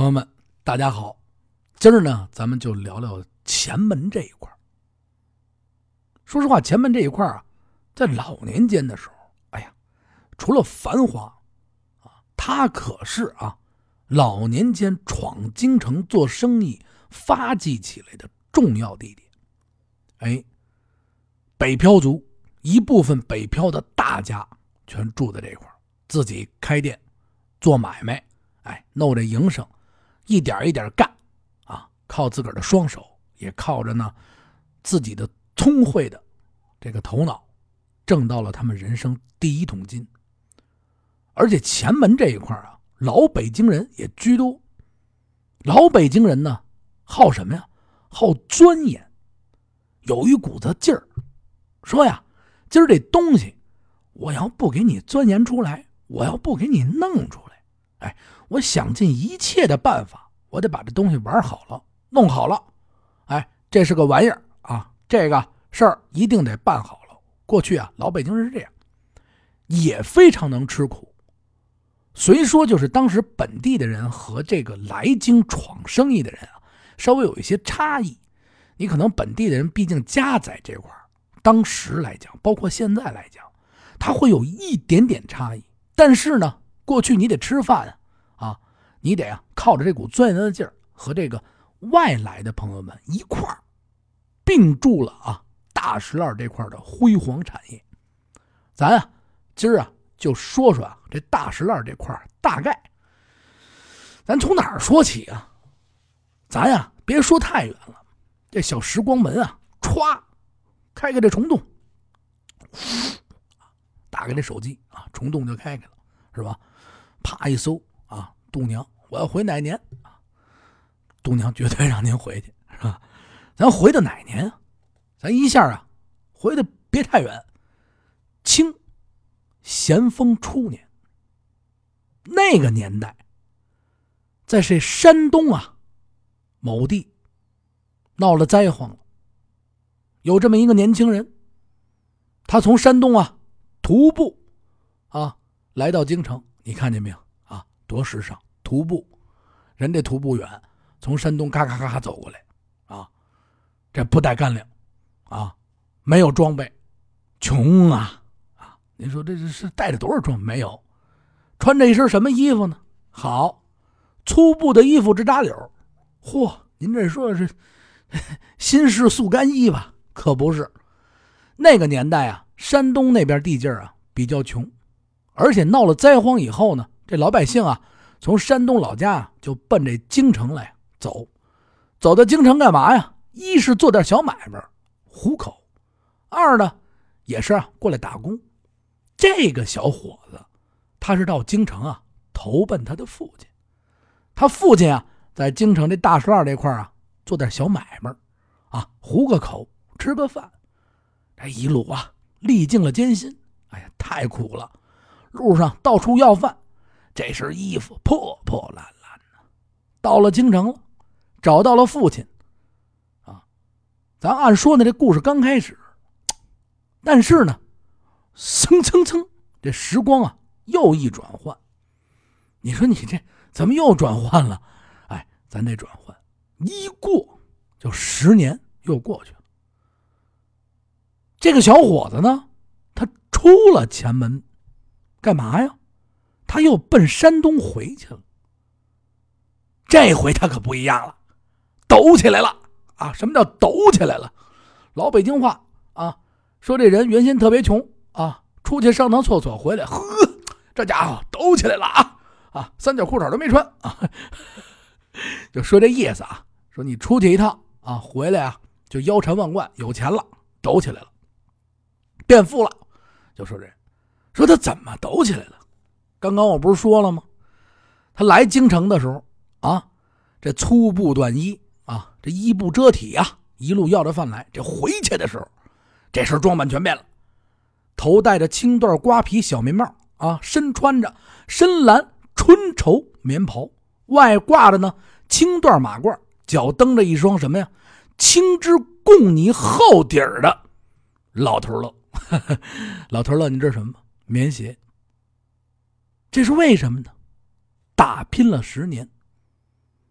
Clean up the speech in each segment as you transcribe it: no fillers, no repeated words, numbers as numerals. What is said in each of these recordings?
友们大家好，今儿呢咱们就聊聊前门这一块。说实话，前门这一块啊，在老年间的时候，除了繁华它可是老年间闯京城做生意发迹起来的重要地点。北漂族一部分北漂的大家全住在这块，自己开店做买卖，弄这营生，一点一点干靠自个儿的双手，也靠着呢自己的聪慧的这个头脑，挣到了他们人生第一桶金。而且前门这一块老北京人也居多。老北京人呢好什么呀？好钻研，有一股子劲儿，说呀今儿这东西我要不给你钻研出来，我要不给你弄出来，我想尽一切的办法，我得把这东西玩好了，弄好了，这是个玩意儿这个事儿一定得办好了。过去老北京人是这样，也非常能吃苦。虽说就是当时本地的人和这个来京闯生意的人稍微有一些差异。你可能本地的人毕竟家在这块，当时来讲，包括现在来讲，他会有一点点差异。但是呢，过去你得吃饭你得靠着这股钻研的劲儿，和这个外来的朋友们一块儿并注了大石栏这块的辉煌产业。咱今儿就说说这大石栏这块大概。咱从哪儿说起咱别说太远了，这小时光门歘开开这虫洞，打开这手机虫洞就开开了，是吧？啪一搜度娘我要回哪年度娘绝对让您回去，是吧？咱回到哪年咱一下回的别太远，清咸丰初年。那个年代在这山东某地闹了灾荒了。有这么一个年轻人，他从山东徒步来到京城。你看见没有多时尚，徒步，人这徒步远，从山东咔咔咔走过来这不带干粮没有装备，穷您说这是带着多少装备？没有。穿着一身什么衣服呢？好，粗布的衣服直打绺。嚯，您这说的是新式速干衣吧？可不是。那个年代山东那边地界比较穷，而且闹了灾荒以后呢，这老百姓从山东老家就奔这京城来走到京城干嘛呀？一是做点小买卖糊口，二呢也是过来打工。这个小伙子他是到京城投奔他的父亲。他父亲在京城这大石栏这块做点小买卖糊个口，吃个饭。这一路历尽了艰辛，太苦了，路上到处要饭，这身衣服破破烂烂的。到了京城了，找到了父亲咱按说呢，这故事刚开始，但是呢蹭蹭蹭，这时光又一转换。你说你这怎么又转换了？咱得转换，一过就10年又过去了。这个小伙子呢，他出了前门干嘛呀？他又奔山东回去了。这回他可不一样了，抖起来了什么叫抖起来了？老北京话说这人原先特别穷出去上趟厕所回来，呵，这家伙抖起来了三角裤衩都没穿就说这意思说你出去一趟回来就腰缠万贯，有钱了，抖起来了，变富了。就说这人说他怎么抖起来了？刚刚我不是说了吗？他来京城的时候这粗布短衣这衣不遮体一路要着饭来。这回去的时候，这身装扮全变了，头戴着青缎瓜皮小棉帽身穿着深蓝春绸棉袍，外挂着呢青缎马褂，脚蹬着一双什么呀？青织贡泥厚底儿的老头乐。老头乐，你知道什么吗？棉鞋。这是为什么呢？打拼了10年，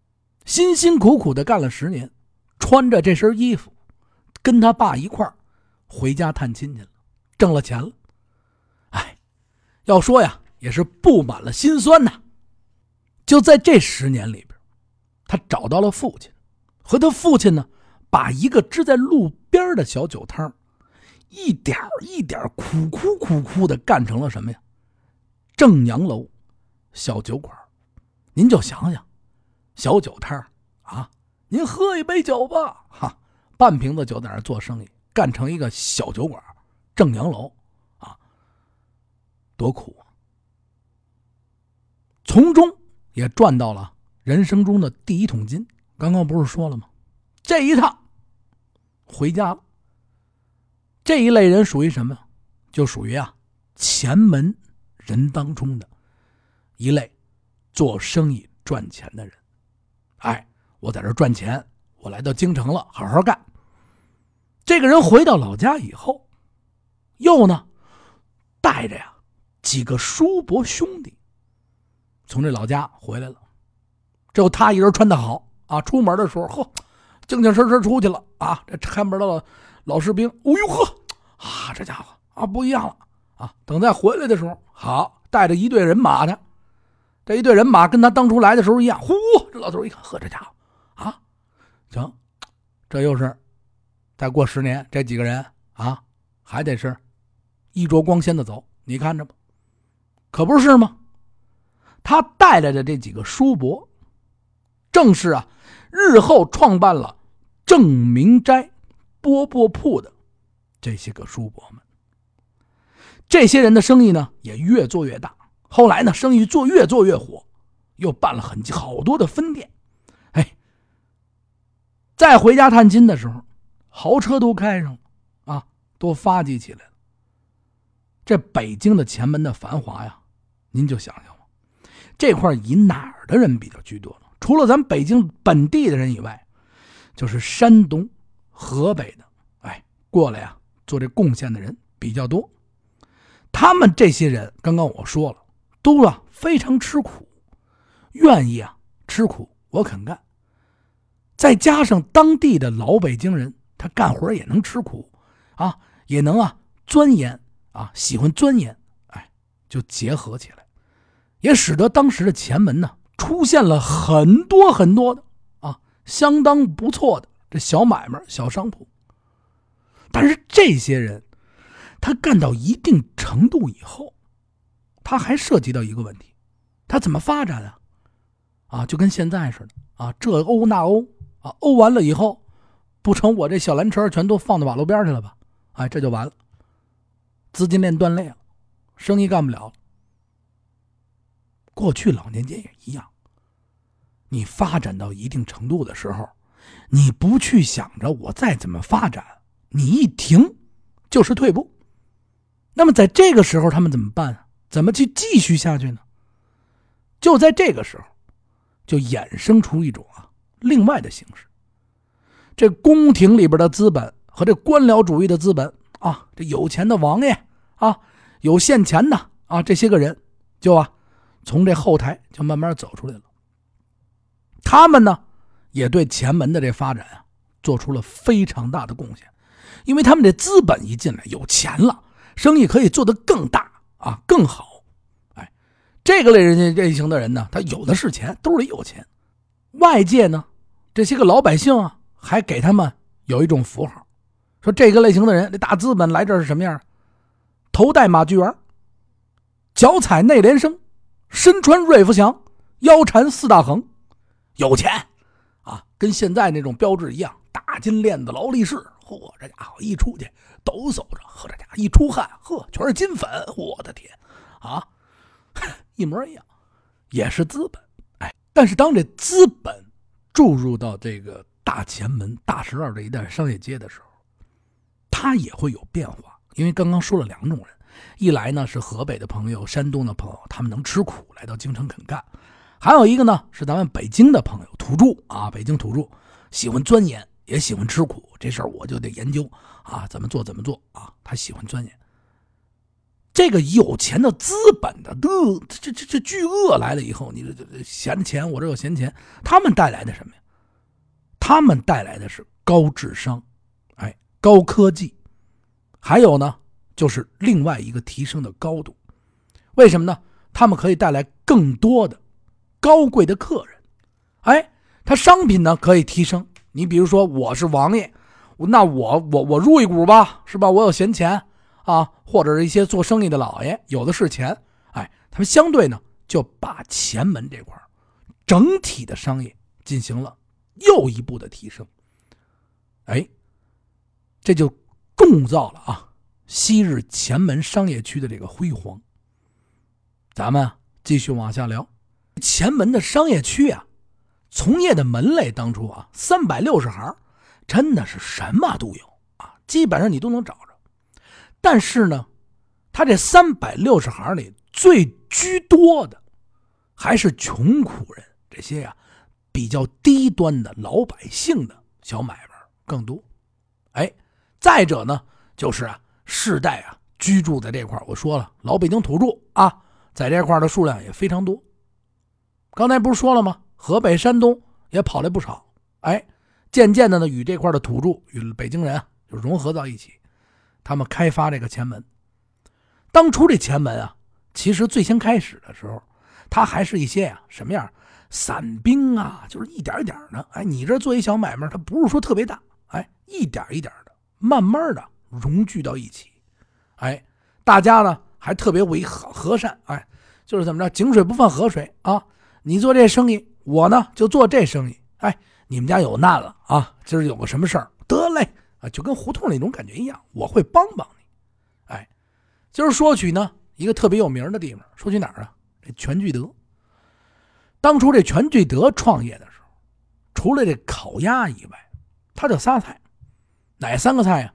辛辛苦苦的干了10年，穿着这身衣服，跟他爸一块儿回家探亲去了，挣了钱了。哎，要说呀，也是布满了心酸呐。就在这10年里边，他找到了父亲，和他父亲呢，把一个支在路边的小酒摊一点一点苦苦的干成了什么呀？正阳楼小酒馆。您就想想，小酒摊啊，您喝一杯酒吧，哈，半瓶子酒在那做生意，干成一个小酒馆，正阳楼啊，多苦啊！从中也赚到了人生中的第1桶金。刚刚不是说了吗？这一趟回家了。这一类人属于什么？就属于前门人当中的一类做生意赚钱的人。哎，我在这赚钱，我来到京城了，好好干。这个人回到老家以后，又呢带着几个叔伯兄弟从这老家回来了。只有他一人穿得好啊，出门的时候精精神神出去了啊。这看门的老士兵，哦呦呵啊，这家伙啊不一样了啊。等再回来的时候，好，带着一队人马的，这一队人马跟他当初来的时候一样。呼，这老头一看，呵，这家伙啊，行，这又是再过10年，这几个人啊还得是衣着光鲜的走，你看着吧，可不是吗？他带来的这几个叔伯，正是日后创办了正明斋饽饽铺的这些个叔伯们。这些人的生意呢也越做越大，后来呢生意越做越火，又办了好多的分店。哎，再回家探亲的时候，豪车都开上了啊，都发迹起来了。这北京的前门的繁华呀，您就想想吧，这块以哪儿的人比较居多呢？除了咱北京本地的人以外，就是山东、河北的，哎，过来做这贡献的人比较多。他们这些人，刚刚我说了，都非常吃苦，愿意吃苦，我肯干。再加上当地的老北京人，他干活也能吃苦啊，也能钻研啊，喜欢钻研，哎，就结合起来，也使得当时的前门呢出现了很多的相当不错的这小买卖、小商铺。但是这些人他干到一定程度以后，他还涉及到一个问题，他怎么发展就跟现在似的这欧那欧欧完了以后，不成我这小蓝车全都放到马路边去了吧？哎，这就完了，资金链断裂了，生意干不了了。过去老年间也一样，你发展到一定程度的时候，你不去想着我再怎么发展，你一停就是退步。那么在这个时候他们怎么办？怎么去继续下去呢？就在这个时候就衍生出一种另外的形式。这宫廷里边的资本和这官僚主义的资本这有钱的王爷有现钱的这些个人就从这后台就慢慢走出来了。他们呢也对前门的这发展做出了非常大的贡献，因为他们这资本一进来，有钱了，生意可以做得更大更好。哎，这个类型的人呢，他有的是钱，兜里有钱。外界呢这些个老百姓还给他们有一种符号，说这个类型的人，这大资本来这儿是什么样？头戴马具圆，脚踩内联升，身穿瑞福祥，腰缠4大横，有钱跟现在那种标志一样，大金链子、劳力士，嚯，这家伙一出去抖擞着，呵，这家伙一出汗，呵，全是金粉，我的天一模一样，也是资本。哎，但是当这资本注入到这个大前门、大12这一带商业街的时候，它也会有变化。因为刚刚说了2种人，一来呢是河北的朋友、山东的朋友，他们能吃苦来到京城肯干；还有一个呢是咱们北京的朋友，土著北京土著，喜欢钻研，也喜欢吃苦，这事儿我就得研究怎么做他喜欢钻研。 这个有钱的资本的这巨鳄来了以后，你这闲钱，我这有闲钱，他们带来的什么呀？他们带来的是高智商，高科技，还有呢就是另外一个提升的高度。为什么呢？他们可以带来更多的高贵的客人，他商品呢可以提升。你比如说我是王爷，那我入一股吧，是吧？我有闲钱啊，或者是一些做生意的老爷有的是钱，他们相对呢就把前门这块整体的商业进行了又一步的提升，这就共造了昔日前门商业区的这个辉煌。咱们继续往下聊，前门的商业区从业的门类当初360行，真的是什么都有基本上你都能找着。但是呢，他这360行里最居多的还是穷苦人，这些比较低端的老百姓的小买卖更多。再者呢，就是世代居住在这块，我说了，老北京土著在这块的数量也非常多。刚才不是说了吗？河北、山东也跑来不少，渐渐的呢，与这块的土著与北京人就融合到一起，他们开发这个前门。当初这前门其实最先开始的时候，它还是一些什么样散兵就是一点一点的，你这做一小买卖，它不是说特别大，一点一点的，慢慢的融聚到一起，大家呢还特别为和善，就是怎么着，井水不犯河水你做这生意，我呢就做这生意，你们家有难了今儿有个什么事儿，得嘞就跟胡同那种感觉一样，我会帮帮你。今儿说起呢一个特别有名的地方，说起哪儿这全聚德。当初这全聚德创业的时候，除了这烤鸭以外，他就仨菜。哪3个菜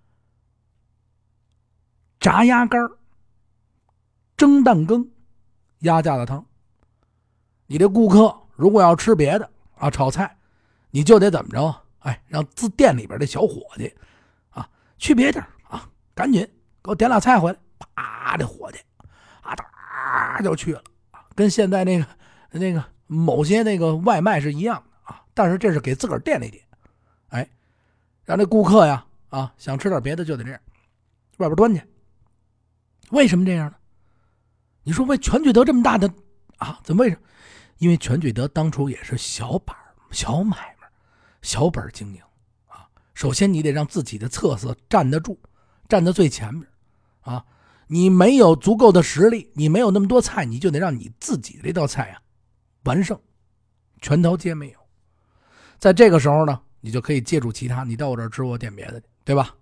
炸鸭肝、蒸蛋羹、鸭架子汤。你这顾客如果要吃别的炒菜，你就得怎么着让店里边的小伙计去别地儿赶紧给我点俩菜回来，啪，这伙计哒就去了跟现在那个某些那个外卖是一样的但是这是给自个儿店里点，让这顾客想吃点别的就得这样，外边端去。为什么这样呢？你说为全聚德这么大的怎么为什么？因为全聚德当初也是小买卖、小本经营首先你得让自己的特色站得住，站在最前面你没有足够的实力，你没有那么多菜，你就得让你自己的这道菜完胜，全条街没有。在这个时候呢，你就可以借助其他，你到我这儿吃，我点别的去，对吧？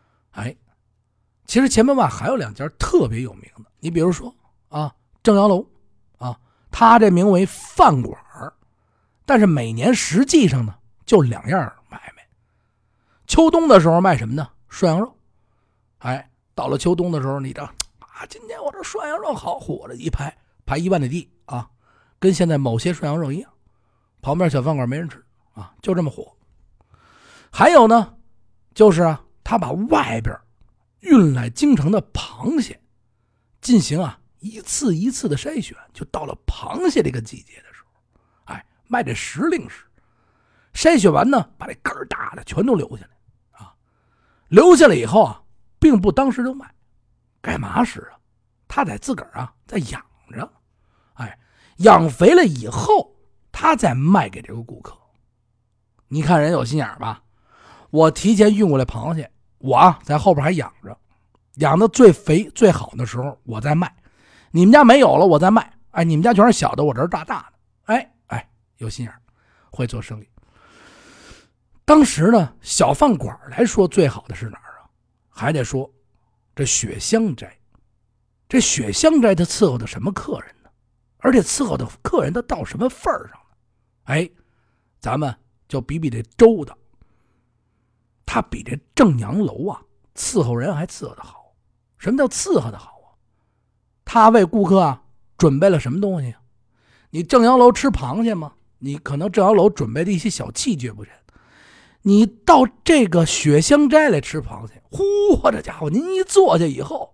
其实前门外还有2家特别有名的，你比如说正阳楼它这名为饭馆，但是每年实际上呢就2样买卖。秋冬的时候卖什么呢？涮羊肉。到了秋冬的时候，你这今天我这涮羊肉好火了，一排1万里地跟现在某些涮羊肉一样，旁边小饭馆没人吃就这么火。还有呢，就是他把外边运来京城的螃蟹进行一次一次的筛选，就到了螃蟹这个季节的时候卖这时令时，筛选完呢把这根儿大的全都留下来留下来以后并不当时就卖，干嘛使他得自个儿再养着，养肥了以后他再卖给这个顾客。你看人有心眼吧，我提前运过来螃蟹，我在后边还养着，养的最肥最好的时候我再卖，你们家没有了我再卖，你们家全是小的，我这是大的，有心眼，会做生意。当时呢小饭馆来说最好的是哪儿还得说这雪香斋。这雪香斋他伺候的什么客人呢？而且伺候的客人他到什么份儿上呢？咱们就比比这周的，他比这正阳楼伺候人还伺候的好。什么叫伺候的好他为顾客准备了什么东西你正阳楼吃螃蟹吗？你可能正阳楼准备的一些小器具不全，你到这个雪香斋来吃螃蟹，我这家伙您一坐下以后，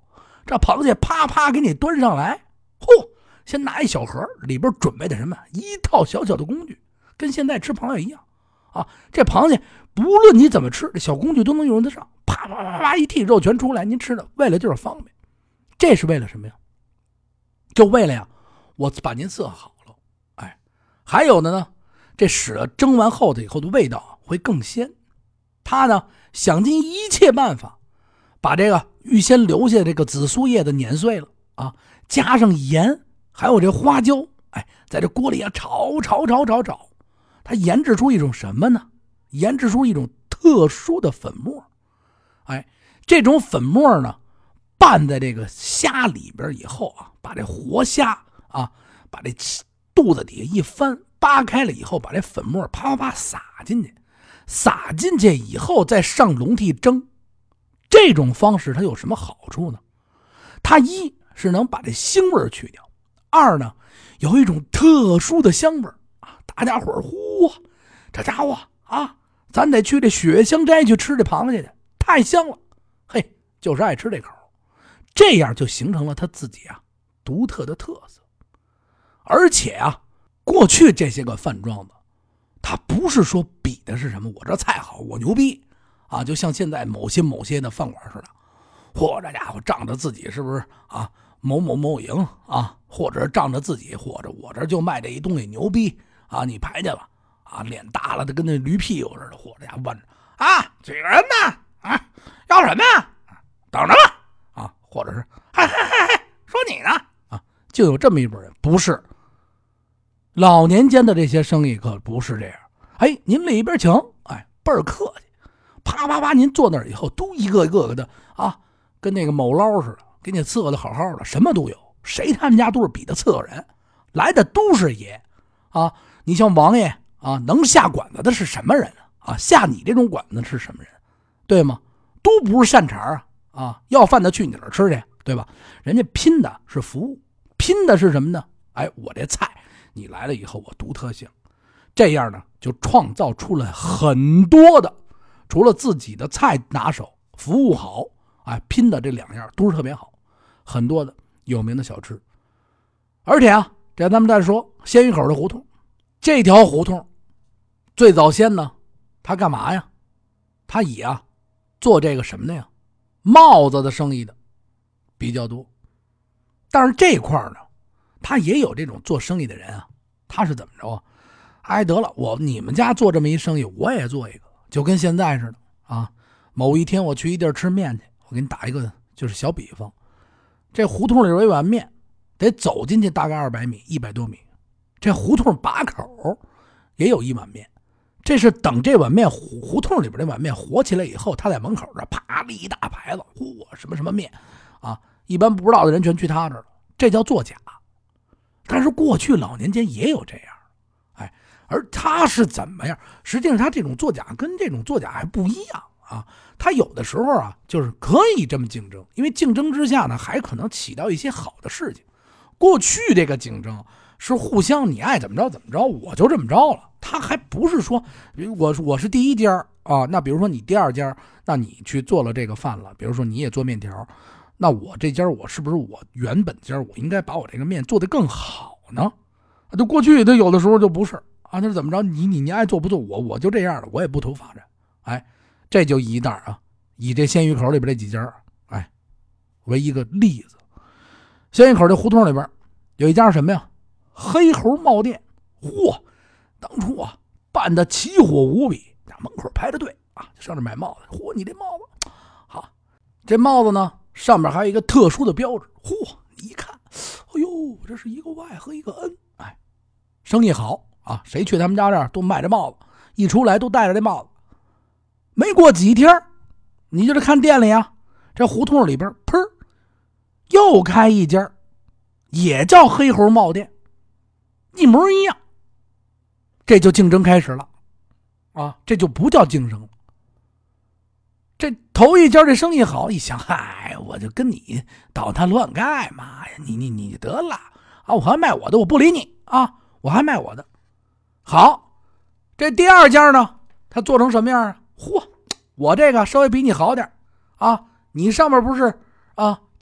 这螃蟹啪啪给你端上来，先拿一小盒，里边准备的什么？一套小小的工具，跟现在吃螃蟹一样啊。这螃蟹不论你怎么吃，这小工具都能用得上，啪啪啪啪一屉肉全出来，您吃的为了就是方便。这是为了什么呀？就为了呀，我把您伺候好了。还有的呢，这使得蒸完后的以后的味道会更鲜。他呢想尽一切办法，把这个预先留下这个紫苏叶子碾碎了啊，加上盐，还有这花椒，在这锅里啊炒，它研制出一种什么呢？研制出一种特殊的粉末。这种粉末呢，拌在这个虾里边以后啊，把这活虾啊，把这肚子底下一翻，扒开了以后，把这粉末啪啪啪撒进去，撒进去以后再上笼屉蒸。这种方式它有什么好处呢？它一是能把这腥味去掉，二呢有一种特殊的香味啊！大家伙这家伙啊，咱得去这雪香斋去吃这螃蟹去，太香了，就是爱吃这口，这样就形成了他自己啊独特的特色。而且啊，过去这些个饭庄子，他不是说比的是什么我这菜好我牛逼啊，就像现在某些的饭馆似的，这家伙仗着自己是不是啊某营啊，或者仗着自己，或者我这就卖这一东西牛逼啊，你排去吧啊，脸大了的跟那驴屁股似的，这家问着啊几个人呢啊，要什么呀？等着吧啊，或者是说你呢啊，就有这么一拨人。不是老年间的这些生意可不是这样，您里边请，倍儿客气，啪啪啪您坐那儿以后都一个个的啊，跟那个某捞似的，给你伺候的好好的，什么都有，谁他们家都是比的伺候人，来的都是爷啊。你像王爷啊，能下馆子的是什么人啊？下你这种馆子是什么人？对吗？都不是善茬啊，要饭的去你哪儿吃去，对吧？人家拼的是服务，拼的是什么呢？我这菜你来了以后我独特性，这样呢就创造出了很多的，除了自己的菜拿手服务好，拼的这两样都是特别好，很多的有名的小吃。而且啊，这咱们再说鲜鱼口的胡同，这条胡同最早先呢，他干嘛呀？他以做这个什么的呀，帽子的生意的比较多。但是这块呢，他也有这种做生意的人啊，他是怎么着啊？得了，你们家做这么一生意，我也做一个，就跟现在似的啊。某一天我去一地儿吃面去，我给你打一个就是小比方，这胡同里有一碗面，得走进去大概200米100多米，这胡同把口也有一碗面，这是等这碗面胡同里边这碗面火起来以后，他在门口这啪立一大牌子，什么什么面啊，一般不知道的人全去他这儿了，这叫作假。但是过去老年间也有这样，而他是怎么样？实际上他这种作假跟这种作假还不一样啊，他有的时候啊就是可以这么竞争，因为竞争之下呢还可能起到一些好的事情。过去这个竞争是互相你爱怎么着怎么着，我就这么着了，他还不是说我是第一家啊，那比如说你第二家，那你去做了这个饭了，比如说你也做面条，那我这家我是不是我原本家我应该把我这个面做得更好呢？就过去他有的时候就不是啊，那怎么着你爱做不做，我就这样了，我也不图发展。这就一袋啊，以这鲜鱼口里边这几家为一个例子。鲜鱼口这胡同里边有一家什么呀？黑猴帽店。当初啊办得起火无比，门口排着队啊，上这买帽子。你这帽子好，这帽子呢上面还有一个特殊的标志。你一看，这是一个 Y 和一个 N。生意好啊，谁去他们家这儿都卖这帽子，一出来都戴着这帽子。没过几天，你就是看店里啊，这胡同里边砰又开一家，也叫黑猴帽店，一模一样。这就竞争开始了啊，这就不叫竞争了。这头一家这生意好，一想我就跟你捣他乱干嘛呀，你得了啊，我还卖我的，我不理你啊，我还卖我的。好，这第二家呢，他做成什么样啊？我这个稍微比你好点啊，你上面不是啊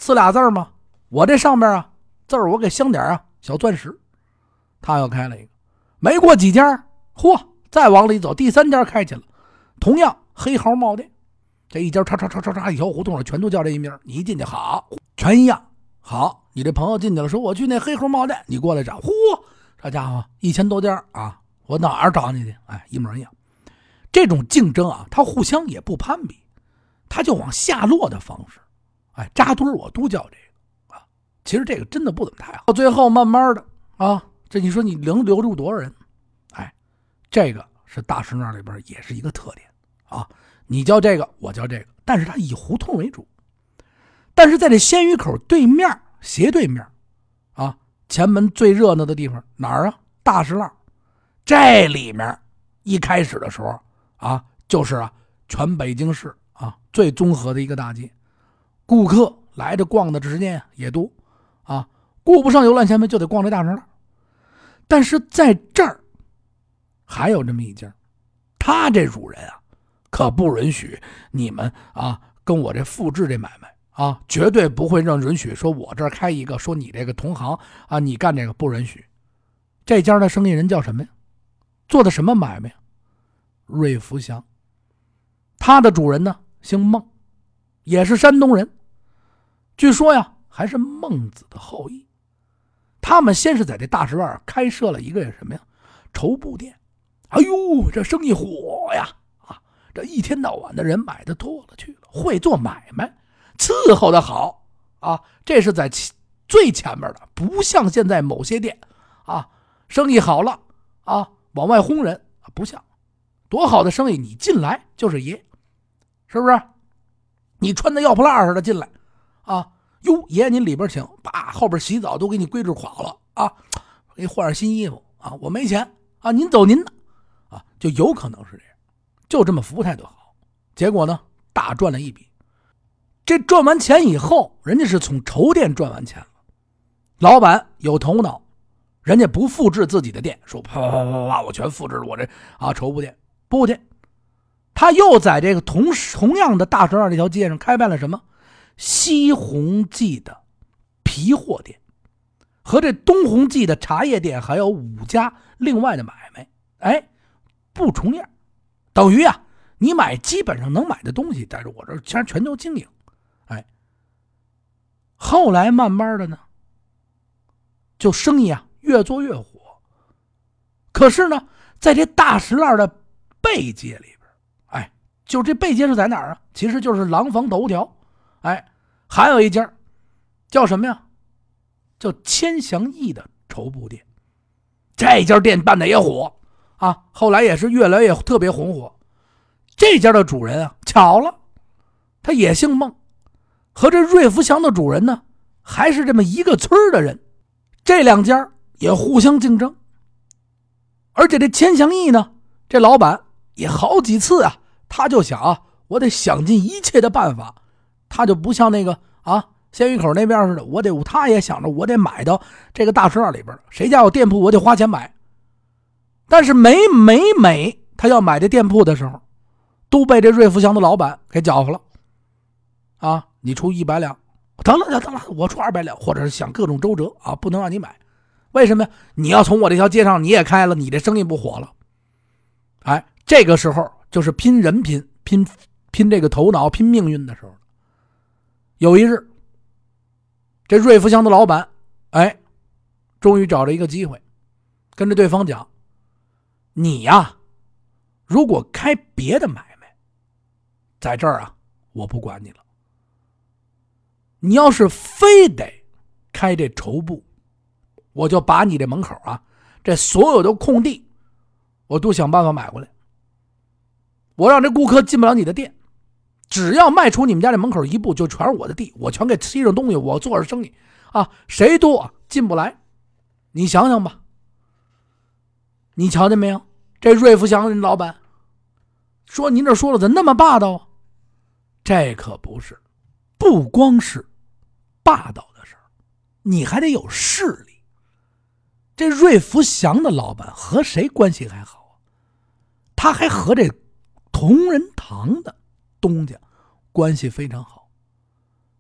刺俩字吗？我这上面啊字儿我给镶点啊小钻石。他又开了一个，没过几家，嚯，再往里走，第3家开起了，同样黑毫帽店。这一家叉一条胡同全都叫这一名，你一进去好，全一样。好，你这朋友进去了，说我去那黑毫帽店，你过来找，嚯，这家伙1000多家啊，我哪儿找你去？哎，一模一样。这种竞争啊，他互相也不攀比，他就往下落的方式，哎，扎堆我都叫这个啊。其实这个真的不怎么太好。到最后慢慢的啊，这你说你能留住多少人？哎，这个是大石那里边也是一个特点啊。你叫这个，我叫这个，但是他以胡同为主。但是在这鲜鱼口对面，斜对面啊，前门最热闹的地方哪儿啊？大石栏。这里面一开始的时候啊，就是啊全北京市啊最综合的一个大街，顾客来这逛的时间也多啊，顾不上游览前门就得逛这大石栏。但是在这儿还有这么一家，他这主人啊可不允许你们啊跟我这复制这买卖啊，绝对不会允许说我这儿开一个，说你这个同行啊你干这个不允许。这家的生意人叫什么呀？做的什么买卖呀？瑞福祥。他的主人呢姓孟，也是山东人，据说呀还是孟子的后裔。他们先是在这大石栏开设了一个什么呀绸布店。哎呦，这生意火呀啊！这一天到晚的人买的多了去了，会做买卖，伺候的好啊！这是在最前面的，不像现在某些店啊，生意好了啊，往外轰人啊，不像多好的生意，你进来就是爷，是不是？你穿的要破烂似的进来啊，哟，爷您里边请，把后边洗澡都给你规制垮了啊，给你换点新衣服啊，我没钱啊，您走您的啊，就有可能是这样，就这么服务态度好，结果呢大赚了一笔。这赚完钱以后，人家是从绸店赚完钱了，老板有头脑，人家不复制自己的店，说啪我全复制了我这啊绸布店，不去，他又在这个同样的大石栏这条街上开办了什么西红记的皮货店，和这东红记的茶叶店，还有5家另外的买卖，哎，不重样，等于啊你买基本上能买的东西，但是我这全都经营。哎，后来慢慢的呢，就生意啊越做越火。可是呢，在这大石栏的背街里边，哎，就这背街是在哪儿啊？其实就是廊坊头条。哎，还有一家叫什么呀？叫千祥义的绸布店。这家店办的也火啊，后来也是越来越特别红火。这家的主人啊，巧了，他也姓孟，和这瑞福祥的主人呢，还是这么一个村的人。这2家也互相竞争。而且这千祥义呢，这老板也好几次啊，他就想啊，我得想尽一切的办法，他就不像那个啊鲜鱼口那边似的，他也想着我得买到这个大石栏里边，谁家有店铺我得花钱买。但是每他要买这店铺的时候，都被这瑞福祥的老板给搅和了啊！你出100两，得了，我出200两，或者是想各种周折啊，不能让你买。为什么呀？你要从我这条街上你也开了，你这生意不火了。哎，这个时候就是拼人拼这个头脑，拼命运的时候。有一日，这瑞福祥的老板哎，终于找了一个机会，跟着对方讲，你呀如果开别的买卖，在这儿啊我不管你了，你要是非得开这绸布，我就把你这门口啊这所有的空地我都想办法买过来，我让这顾客进不了你的店，只要迈出你们家这门口一步，就全是我的地，我全给砌上东西，我做着生意啊，谁都进不来。你想想吧，你瞧见没有？这瑞福祥人老板说您这说了怎么那么霸道啊？这可不是，不光是霸道的事儿，你还得有势力。这瑞福祥的老板和谁关系还好啊？他还和这同仁堂的东家关系非常好。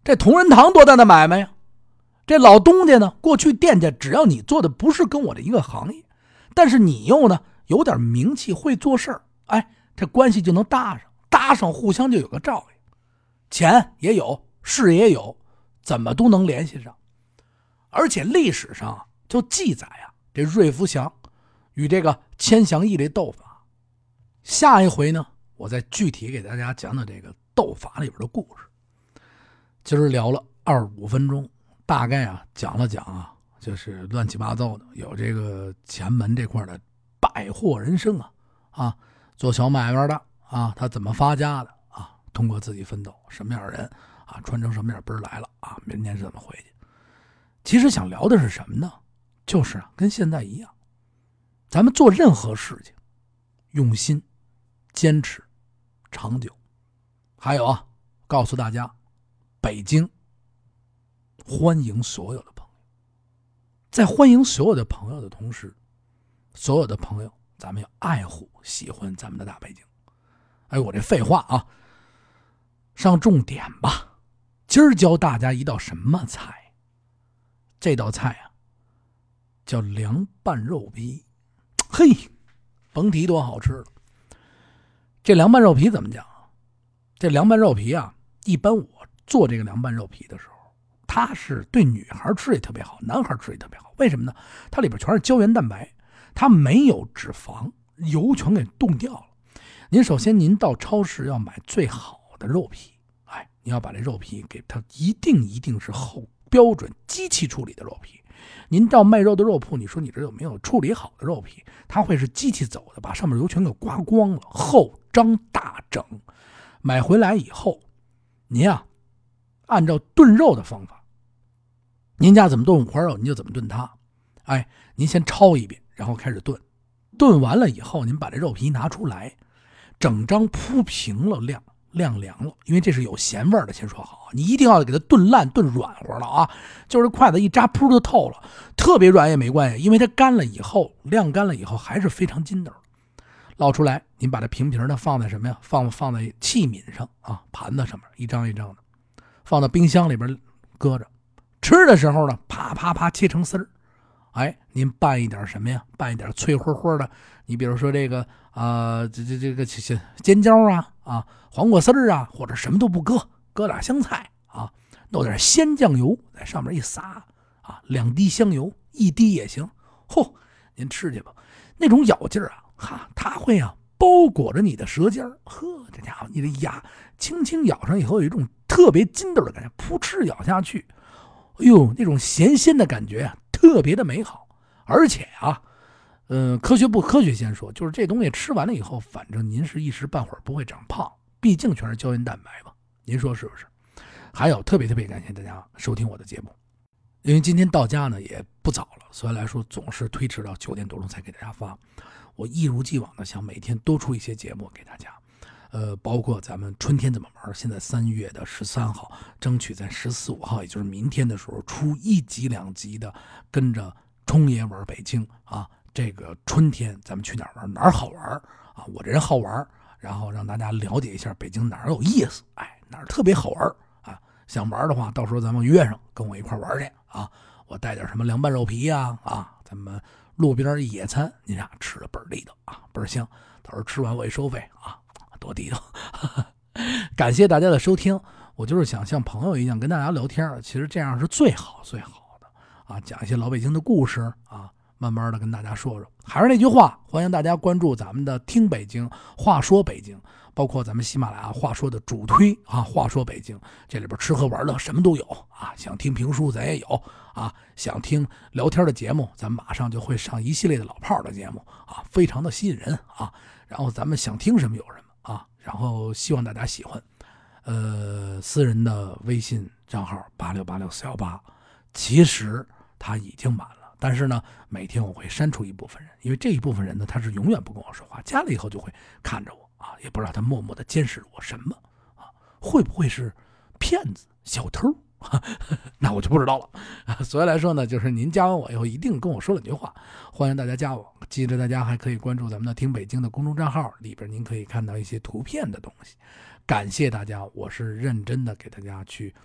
这同仁堂多大的买卖呀？这老东家呢，过去店家只要你做的不是跟我这一个行业，但是你又呢有点名气，会做事儿，哎，这关系就能搭上互相就有个照应，钱也有，事也有，怎么都能联系上。而且历史上就记载啊，这瑞福祥与这个千祥义这斗法。下一回呢，我再具体给大家讲讲这个斗法里边的故事。今儿聊了25分钟，大概啊讲了讲啊，就是乱七八糟的，有这个前门这块的百货人生啊，做小买卖的啊，他怎么发家的啊，通过自己奋斗，什么样的人啊，穿成什么样，奔来了啊，明天是怎么回去。其实想聊的是什么呢？就是啊，跟现在一样，咱们做任何事情，用心、坚持、长久。还有啊，告诉大家，北京欢迎所有的朋友，在欢迎所有的朋友的同时，所有的朋友，咱们要爱护、喜欢咱们的大北京。哎，我这废话啊，上重点吧。今儿教大家一道什么菜？这道菜啊，叫凉拌肉皮。嘿，甭提多好吃了。这凉拌肉皮怎么讲啊？这凉拌肉皮啊，一般我做这个凉拌肉皮的时候，它是对女孩吃也特别好，男孩吃也特别好。为什么呢？它里边全是胶原蛋白，它没有脂肪，油全给冻掉了。您首先您到超市要买最好的肉皮，哎，你要把这肉皮给它一定是厚标准机器处理的肉皮。您到卖肉的肉铺，你说你这有没有处理好的肉皮？它会是机器走的，把上面油全给刮光了，厚张大整。买回来以后，您啊，按照炖肉的方法，您家怎么炖五花肉，您就怎么炖它。哎，您先焯一遍，然后开始炖。炖完了以后，您把这肉皮拿出来，整张铺平了晾凉了，因为这是有咸味的，先说好，你一定要给它炖烂炖软和了啊，就是筷子一扎噗就透了，特别软也没关系，因为它干了以后，晾干了以后还是非常筋道。捞出来，您把它平平的放在什么呀？放在器皿上啊，盘子上面一张一张的，放到冰箱里边搁着。吃的时候呢，啪啪啪切成丝儿。哎，您拌一点什么呀？拌一点脆乎乎的，你比如说这个这个尖椒啊，黄瓜丝儿啊，或者什么都不搁俩香菜啊，弄点鲜酱油在上面一撒啊，2滴香油，1滴也行。嚯，您吃去吧，那种咬劲儿啊，哈，它会啊包裹着你的舌尖儿，呵，这家伙你的牙轻轻咬上以后，有一种特别筋道的感觉，扑哧咬下去，哎呦，那种咸鲜的感觉啊，特别的美好。而且啊，科学不科学先说，就是这东西吃完了以后，反正您是一时半会儿不会长胖，毕竟全是胶原蛋白嘛，您说是不是？还有特别感谢大家收听我的节目，因为今天到家呢也不早了，所以来说总是推迟到9点多钟才给大家发。我一如既往的想每天多出一些节目给大家，包括咱们春天怎么玩，现在3月的13号，争取在14、15号，也就是明天的时候出1集2集的，跟着冲爷玩北京啊。这个春天咱们去哪儿玩，哪儿好玩啊？我这人好玩，然后让大家了解一下北京哪儿有意思，哎，哪儿特别好玩啊。想玩的话，到时候咱们约上跟我一块玩去啊。我带点什么凉拌肉皮啊，咱们路边野餐，您俩吃的倍儿地道啊，倍儿香。到时候吃完我也收费啊，多地道。感谢大家的收听，我就是想像朋友一样跟大家聊天，其实这样是最好的啊，讲一些老北京的故事啊，慢慢的跟大家说说。还是那句话，欢迎大家关注咱们的听北京话说北京，包括咱们喜马拉雅话说的主推啊，话说北京，这里边吃喝玩乐什么都有啊。想听评书咱也有啊，想听聊天的节目，咱们马上就会上一系列的老炮的节目啊，非常的吸引人啊。然后咱们想听什么有什么啊，然后希望大家喜欢。私人的微信账号86864188，其实他已经满了，但是呢，每天我会删除一部分人，因为这一部分人呢，他是永远不跟我说话，加了以后就会看着我啊，也不知道他默默的监视我什么啊，会不会是骗子、小偷？那我就不知道了。所以来说呢，就是您加完我以后一定跟我说2句话，欢迎大家加我。记得大家还可以关注咱们的听北京的公众账号，里边您可以看到一些图片的东西。感谢大家，我是认真的给大家去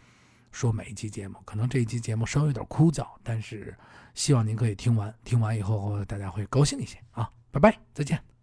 说每一期节目，可能这一期节目稍微有点枯燥，但是希望您可以听完，听完以后大家会高兴一些啊！拜拜，再见。